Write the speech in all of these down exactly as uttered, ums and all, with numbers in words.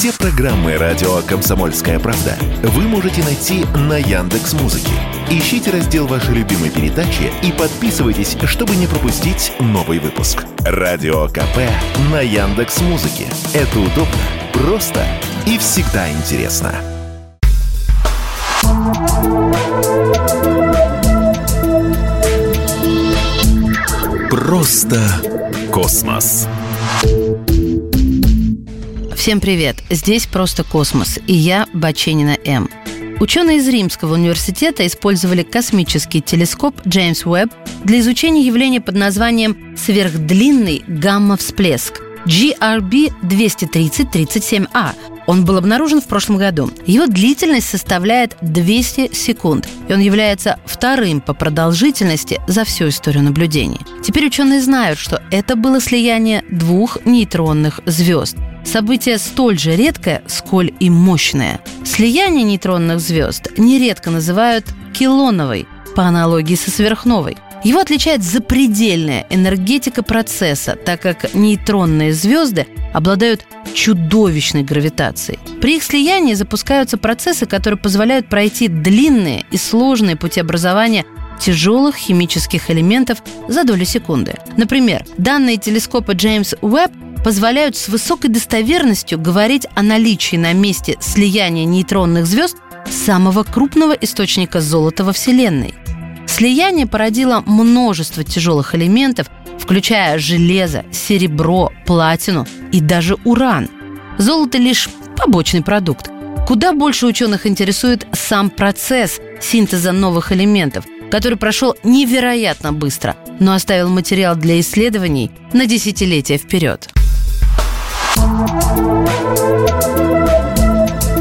Все программы радио «Комсомольская правда» вы можете найти на Яндекс.Музыке. Ищите раздел вашей любимой передачи и подписывайтесь, чтобы не пропустить новый выпуск. Радио КП на Яндекс.Музыке. Это удобно, просто и всегда интересно. Просто космос. Всем привет! Здесь «Просто космос» и я, Баченина М. Ученые из Римского университета использовали космический телескоп Джеймс Уэбб для изучения явления под названием сверхдлинный гамма-всплеск джи ар би двести тридцать тридцать семь а. Он был обнаружен в прошлом году. Его длительность составляет двести секунд, и он является вторым по продолжительности за всю историю наблюдений. Теперь ученые знают, что это было слияние двух нейтронных звезд. Событие столь же редкое, сколь и мощное. Слияние нейтронных звезд нередко называют килоновой, по аналогии со сверхновой. Его отличает запредельная энергетика процесса, так как нейтронные звезды обладают чудовищной гравитацией. При их слиянии запускаются процессы, которые позволяют пройти длинные и сложные пути образования тяжелых химических элементов за долю секунды. Например, данные телескопа Джеймс Уэбб позволяют с высокой достоверностью говорить о наличии на месте слияния нейтронных звезд самого крупного источника золота во Вселенной. Слияние породило множество тяжелых элементов, включая железо, серебро, платину и даже уран. Золото – лишь побочный продукт. Куда больше ученых интересует сам процесс синтеза новых элементов, который прошел невероятно быстро, но оставил материал для исследований на десятилетия вперед.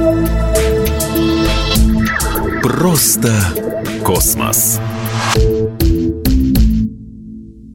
Просто космос.